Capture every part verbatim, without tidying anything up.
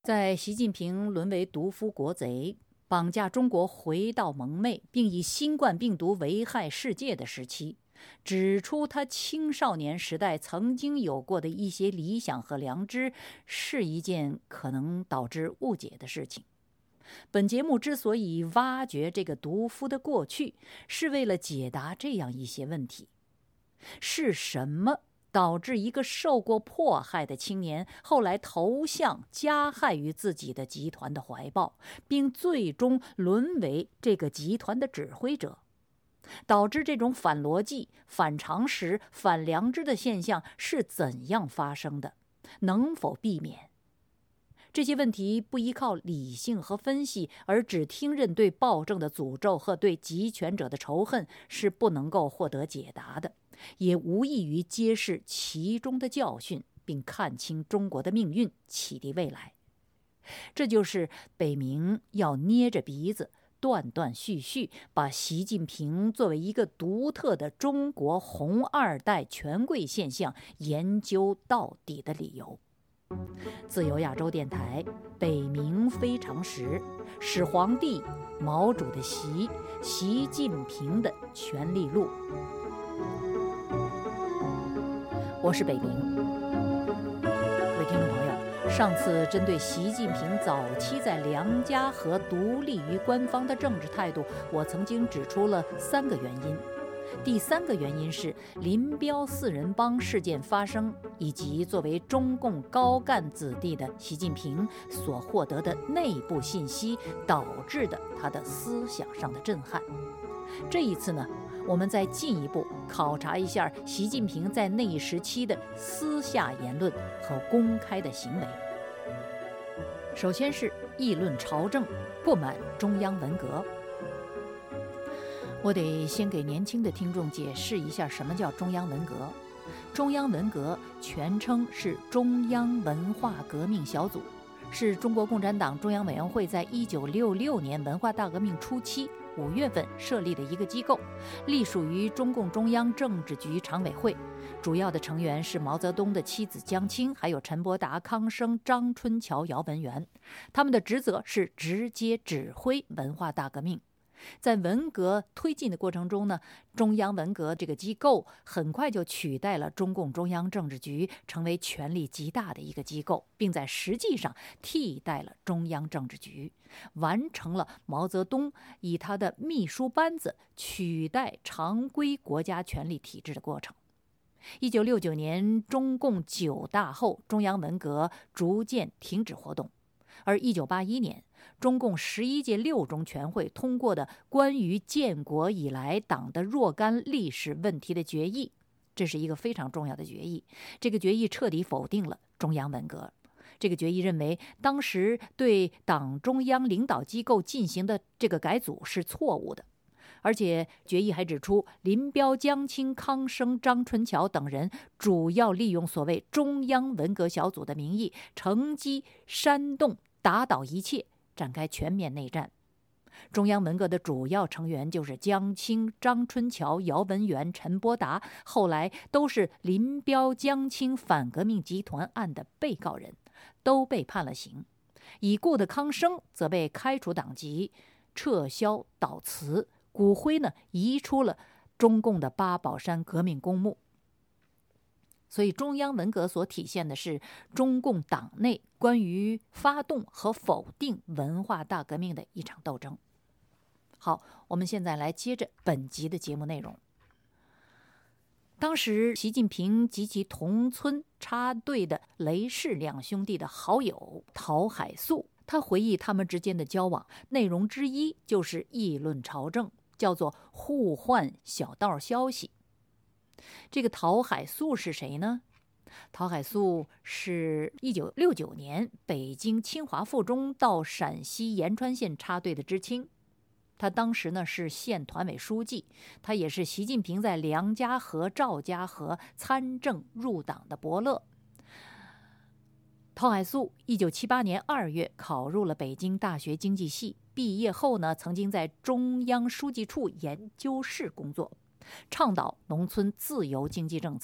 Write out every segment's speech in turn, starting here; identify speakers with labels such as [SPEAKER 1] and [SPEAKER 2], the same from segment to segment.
[SPEAKER 1] 在习近平沦为毒夫国贼，绑架中国回到蒙昧，并以新冠病毒危害世界的时期，指出他青少年时代曾经有过的一些理想和良知，是一件可能导致误解的事情。本节目之所以挖掘这个毒夫的过去，是为了解答这样一些问题：是什么导致一个受过迫害的青年后来投向加害于自己的集团的怀抱，并最终沦为这个集团的指挥者？导致这种反逻辑、反常识、反良知的现象是怎样发生的？能否避免？这些问题不依靠理性和分析，而只听任对暴政的诅咒和对集权者的仇恨，是不能够获得解答的，也无异于揭示其中的教训，并看清中国的命运，启迪未来。这就是北明要捏着鼻子断断续续把习近平作为一个独特的中国红二代权贵现象研究到底的理由。自由亚洲电台，北明非常时，始皇帝、毛主的习、习近平的权力录。我是北明。各位听众朋友，上次针对习近平早期在梁家河独立于官方的政治态度，我曾经指出了三个原因。第三个原因是林彪四人帮事件发生，以及作为中共高干子弟的习近平所获得的内部信息导致的他的思想上的震撼。这一次呢，我们再进一步考察一下习近平在那一时期的私下言论和公开的行为。首先是议论朝政，不满中央文革。我得先给年轻的听众解释一下什么叫中央文革。中央文革全称是中央文化革命小组，是中国共产党中央委员会在一九六六年文化大革命初期五月份设立的一个机构，隶属于中共中央政治局常委会，主要的成员是毛泽东的妻子江青，还有陈伯达、康生、张春桥、姚文元。他们的职责是直接指挥文化大革命。在文革推进的过程中呢，中央文革这个机构很快就取代了中共中央政治局，成为权力极大的一个机构，并在实际上替代了中央政治局，完成了毛泽东以他的秘书班子取代常规国家权力体制的过程。一九六九年中共九大后，中央文革逐渐停止活动。而一九八一年，中共十一届六中全会通过的关于建国以来党的若干历史问题的决议，这是一个非常重要的决议。这个决议彻底否定了中央文革。这个决议认为，当时对党中央领导机构进行的这个改组是错误的。而且决议还指出，林彪、江青、康生、张春桥等人主要利用所谓中央文革小组的名义，乘机煽动、打倒一切，展开全面内战。中央文革的主要成员就是江青、张春桥、姚文元、陈伯达，后来都是林彪、江青反革命集团案的被告人，都被判了刑。已故的康生则被开除党籍、撤销悼词，骨灰呢移出了中共的八宝山革命公墓。所以中央文革所体现的是中共党内关于发动和否定文化大革命的一场斗争。好，我们现在来接着本集的节目内容。当时习近平及其同村插队的雷氏两兄弟的好友陶海素，他回忆他们之间的交往内容之一就是议论朝政，叫做互换小道消息。这个陶海素是谁呢？陶海素是一九六九年北京清华附中到陕西延川县插队的知青，他当时呢是县团委书记，他也是习近平在梁家河、赵家河参政入党的伯乐。陶海素一九七八年二月考入了北京大学经济系，毕业后呢，曾经在中央书记处研究室工作，倡导农村自由经济政策。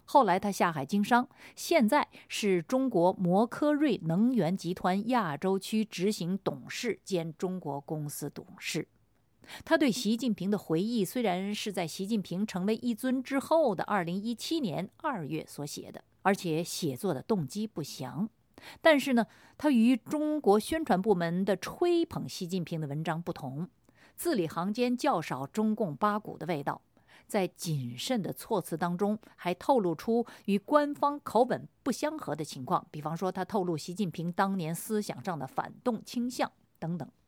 [SPEAKER 1] 后来他下海经商，现在是中国摩科瑞能源集团亚洲区执行董事兼中国公司董事。他对习近平的回忆虽然是在习近平成为一尊之后的二零一七年二月所写的，而且写作的动机不详，但是呢，他与中国宣传部门的吹捧习近平的文章不同，字里行间较少中共八股的味道，在谨慎的措辞当中还透露出与官方口吻不相合的情况，比方说他透露习近平当年思想上的反动倾向等等。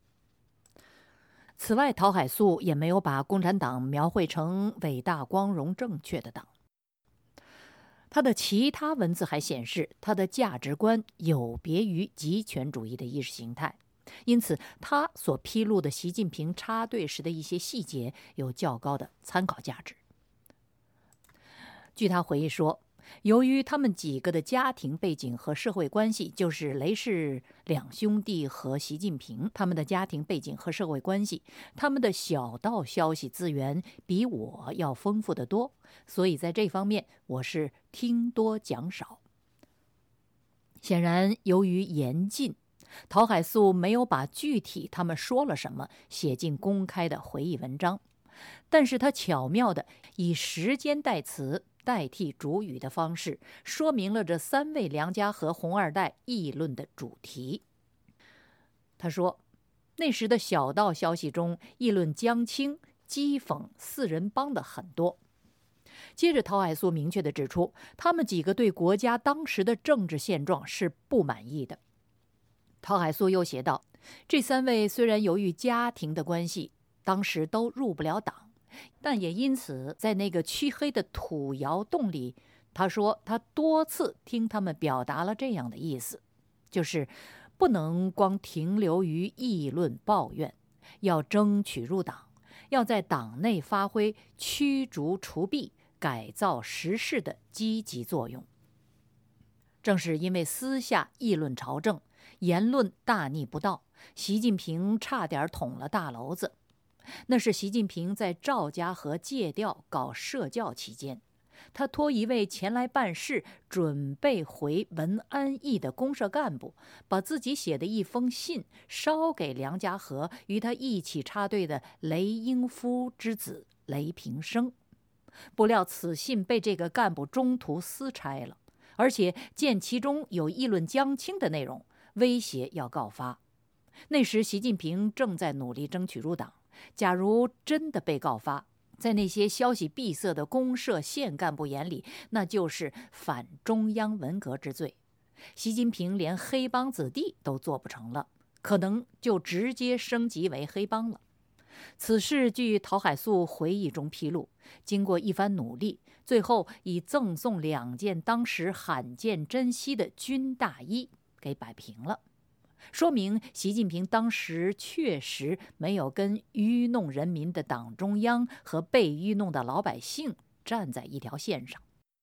[SPEAKER 1] 此外，陶海素也没有把共产党描绘成伟大、光荣、正确的党。他的其他文字还显示，他的价值观有别于极权主义的意识形态，因此他所披露的习近平插队时的一些细节有较高的参考价值。据他回忆说，由于他们几个的家庭背景和社会关系，就是雷氏两兄弟和习近平他们的家庭背景和社会关系，他们的小道消息资源比我要丰富得多，所以在这方面我是听多讲少。显然，由于严禁，陶海素没有把具体他们说了什么写进公开的回忆文章，但是他巧妙地以时间代词代替主语的方式，说明了这三位梁家河红二代议论的主题。他说，那时的小道消息中议论江青、讥讽四人帮的很多。接着，陶海素明确地指出，他们几个对国家当时的政治现状是不满意的。陶海素又写道，这三位虽然由于家庭的关系，当时都入不了党，但也因此在那个黢黑的土窑洞里，他说他多次听他们表达了这样的意思，就是不能光停留于议论抱怨，要争取入党，要在党内发挥驱逐除弊、改造时事的积极作用。正是因为私下议论朝政，言论大逆不道，习近平差点捅了大娄子。那是习近平在赵家河借调搞社教期间，他托一位前来办事准备回文安驿的公社干部，把自己写的一封信捎给梁家河与他一起插队的雷英夫之子雷平生。不料此信被这个干部中途私拆了，而且见其中有议论江青的内容，威胁要告发。那时习近平正在努力争取入党，假如真的被告发，在那些消息闭塞的公社县干部眼里，那就是反中央文革之罪。习近平连黑帮子弟都做不成了，可能就直接升级为黑帮了。此事据陶海素回忆中披露，经过一番努力，最后以赠送两件当时罕见珍稀的军大衣给摆平了，说明习近平当时确实没有跟愚弄人民的党中央和被愚弄的老百姓站在一条线上。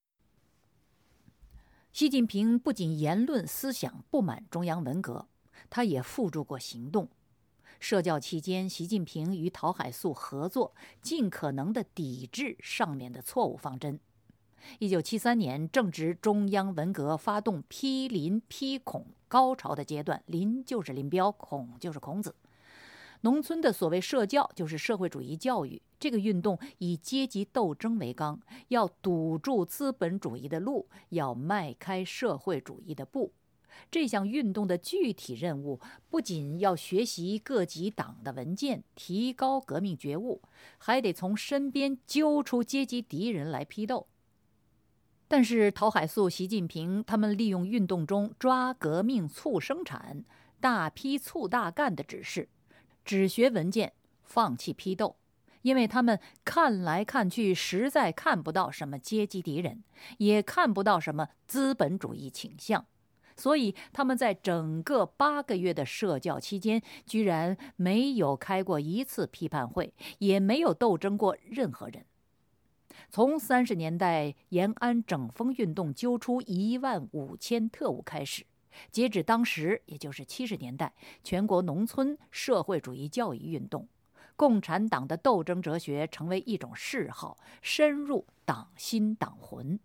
[SPEAKER 1] 习近平不仅言论思想不满中央文革，他也付诸过行动。社教期间，习近平与陶海素合作，尽可能地抵制上面的错误方针。一九七三年正值中央文革发动批林批孔高潮的阶段，林就是林彪，孔就是孔子。农村的所谓社教就是社会主义教育，这个运动以阶级斗争为纲，要堵住资本主义的路，要迈开社会主义的步。这项运动的具体任务不仅要学习各级党的文件，提高革命觉悟，还得从身边揪出阶级敌人来批斗。但是陶海素、习近平他们利用运动中抓革命促生产、大批促大干的指示，只学文件，放弃批斗，因为他们看来看去实在看不到什么阶级敌人，也看不到什么资本主义倾向，所以他们在整个八个月的社教期间，居然没有开过一次批判会，也没有斗争过任何人。从三十年代延安整风运动揪出一万五千特务开始，截止当时，也就是七十年代，全国农村社会主义教育运动，共产党的斗争哲学成为一种嗜好，深入党心党魂。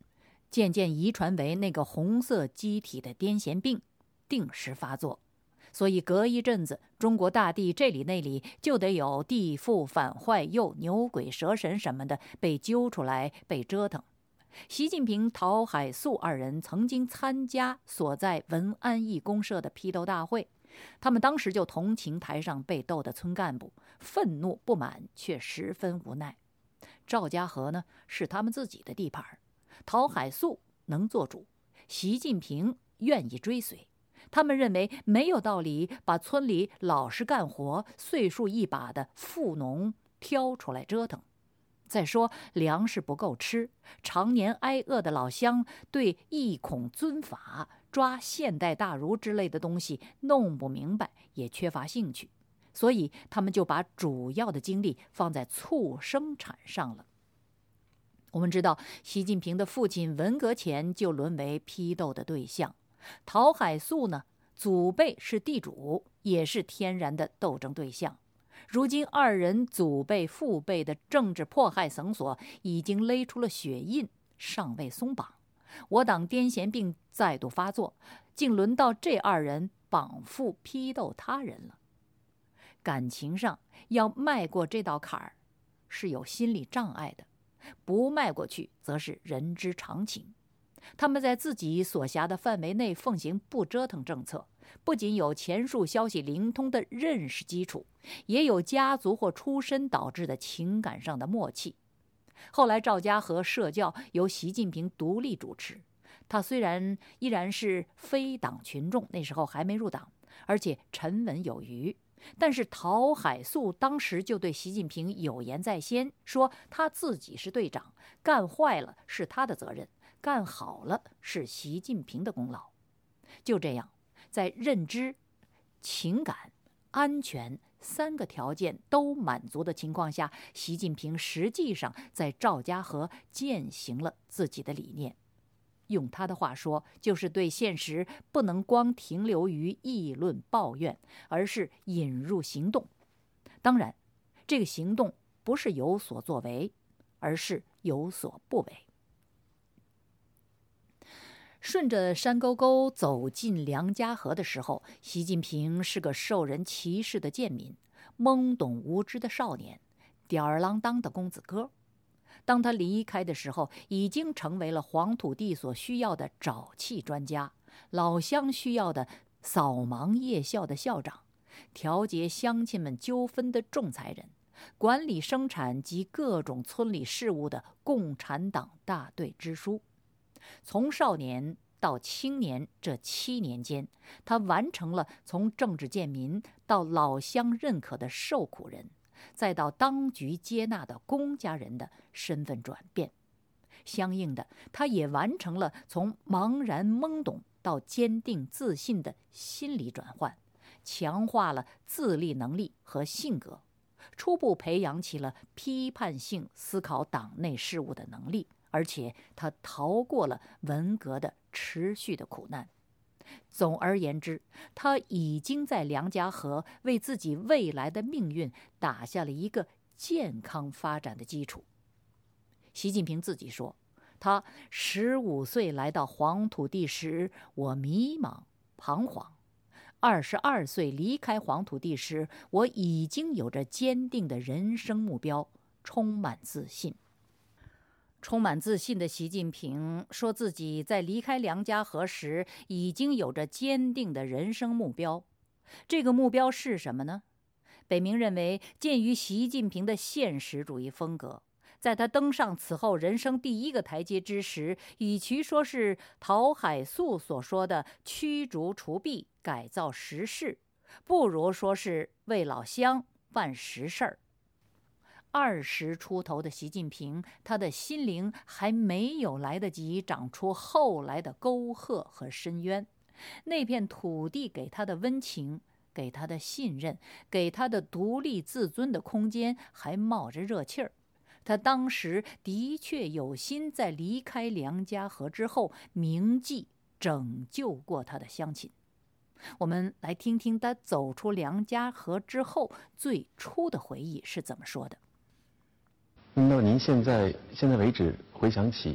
[SPEAKER 1] 渐渐遗传为那个红色机体的癫痫病，定时发作。所以隔一阵子，中国大地这里那里就得有地缚、反坏右、牛鬼蛇神什么的被揪出来被折腾。习近平、陶海素二人曾经参加所在文安义公社的批斗大会，他们当时就同情台上被斗的村干部，愤怒不满，却十分无奈。赵家河呢，是他们自己的地盘，陶海素能做主，习近平愿意追随。他们认为没有道理把村里老实干活、岁数一把的富农挑出来折腾。再说粮食不够吃，常年挨饿的老乡对一孔尊法、抓现代大儒之类的东西弄不明白，也缺乏兴趣，所以他们就把主要的精力放在促生产上了。我们知道，习近平的父亲文革前就沦为批斗的对象。陶海素呢，祖辈是地主，也是天然的斗争对象。如今二人祖辈父辈的政治迫害绳索已经勒出了血印，尚未松绑。我党癫痫病再度发作，竟轮到这二人绑缚批斗他人了。感情上要迈过这道坎儿，是有心理障碍的；不迈过去，则是人之常情。他们在自己所辖的范围内奉行不折腾政策，不仅有前述消息灵通的认识基础，也有家族或出身导致的情感上的默契。后来赵家河社教由习近平独立主持，他虽然依然是非党群众，那时候还没入党，而且沉稳有余，但是陶海素当时就对习近平有言在先，说他自己是队长，干坏了是他的责任，干好了是习近平的功劳。就这样，在认知、情感、安全三个条件都满足的情况下，习近平实际上在赵家河践行了自己的理念。用他的话说，就是对现实不能光停留于议论抱怨，而是引入行动。当然，这个行动不是有所作为，而是有所不为。顺着山沟沟走进梁家河的时候，习近平是个受人歧视的贱民，懵懂无知的少年，吊儿郎当的公子哥。当他离开的时候，已经成为了黄土地所需要的沼气专家，老乡需要的扫盲夜校的校长，调节乡亲们纠纷的仲裁人，管理生产及各种村里事务的共产党大队支书。从少年到青年这七年间，他完成了从政治贱民到老乡认可的受苦人，再到当局接纳的公家人的身份转变。相应的，他也完成了从茫然懵懂到坚定自信的心理转换，强化了自立能力和性格，初步培养起了批判性思考党内事务的能力。而且他逃过了文革的持续的苦难。总而言之，他已经在梁家河为自己未来的命运打下了一个健康发展的基础。习近平自己说，他十五岁来到黄土地时，我迷茫彷徨；二十二岁离开黄土地时，我已经有着坚定的人生目标，充满自信。充满自信的习近平说自己在离开梁家河时已经有着坚定的人生目标。这个目标是什么呢？北明认为，鉴于习近平的现实主义风格，在他登上此后人生第一个台阶之时，与其说是陶海素所说的驱逐除弊、改造实事，不如说是为老乡办实事儿。二十出头的习近平，他的心灵还没有来得及长出后来的沟壑和深渊。那片土地给他的温情，给他的信任，给他的独立自尊的空间还冒着热气儿。他当时的确有心在离开梁家河之后铭记拯救过他的乡亲。我们来听听他走出梁家河之后最初的回忆是怎么说的。
[SPEAKER 2] 那您现在现在为止回想起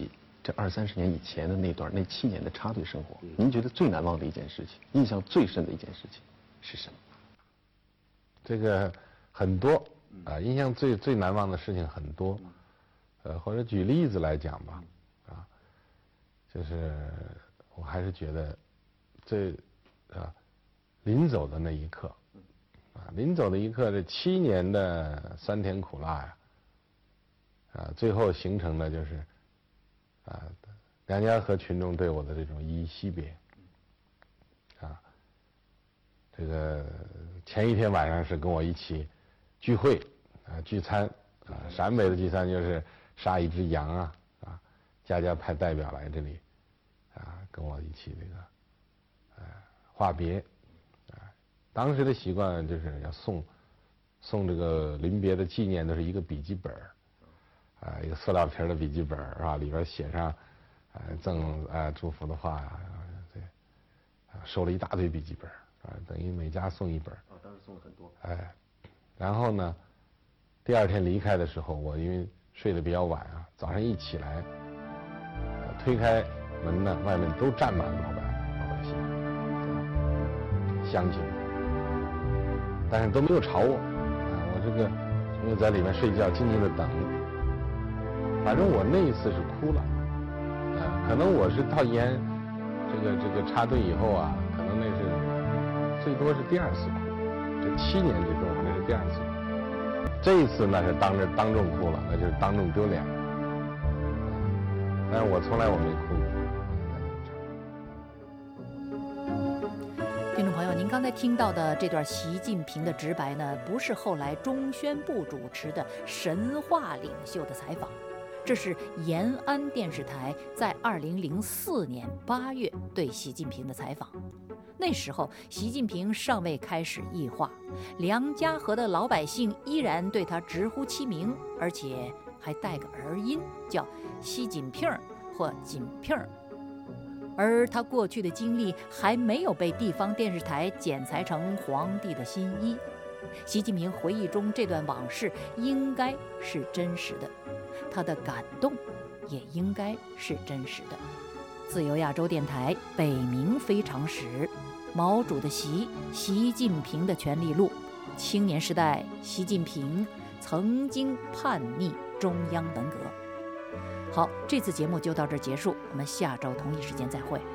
[SPEAKER 2] 这二三十年以前的那段那七年的插队生活，您觉得最难忘的一件事情，印象最深的一件事情是什么？
[SPEAKER 3] 这个很多啊，印象最最难忘的事情很多，呃，或者举例子来讲吧，啊，就是我还是觉得最啊临走的那一刻，啊，临走的一刻，这七年的酸甜苦辣呀，啊，最后形成的就是啊梁家河群众对我的这种依依惜别，啊，这个前一天晚上是跟我一起聚会啊聚餐啊，陕北的聚餐就是杀一只羊啊啊，家家派代表来这里啊跟我一起这个呃话别啊，当时的习惯就是要送送这个临别的纪念，都是一个笔记本啊，一个塑料皮的笔记本是吧，里边写上呃赠呃祝福的话呀，对啊，收了一大堆笔记本啊，等于每家送一本
[SPEAKER 2] 啊，当时送了很多。
[SPEAKER 3] 哎，然后呢，第二天离开的时候，我因为睡得比较晚啊，早上一起来，呃推开门呢，外面都站满了老百老百姓，啊乡亲，但是都没有吵我，啊，我这个因为在里面睡觉，静静的等。反正我那一次是哭了，啊，可能我是到延这个这个插队以后啊，可能那是最多是第二次哭，这七年之中那是第二次哭。这一次那是当着当众哭了，那就是当众丢脸了。但是我从来我没哭过。
[SPEAKER 1] 听众朋友，您刚才听到的这段习近平的直白呢，不是后来中宣部主持的神话领袖的采访，这是延安电视台在二零零四年八月对习近平的采访。那时候，习近平尚未开始异化，梁家河的老百姓依然对他直呼其名，而且还带个儿音，叫习近平或锦平。而他过去的经历还没有被地方电视台剪裁成皇帝的新衣。习近平回忆中这段往事应该是真实的，他的感动也应该是真实的。自由亚洲电台北冥非常时，毛主的习，习近平的权力录，青年时代习近平曾经叛逆中央文革。好，这次节目就到这儿结束，我们下周同一时间再会。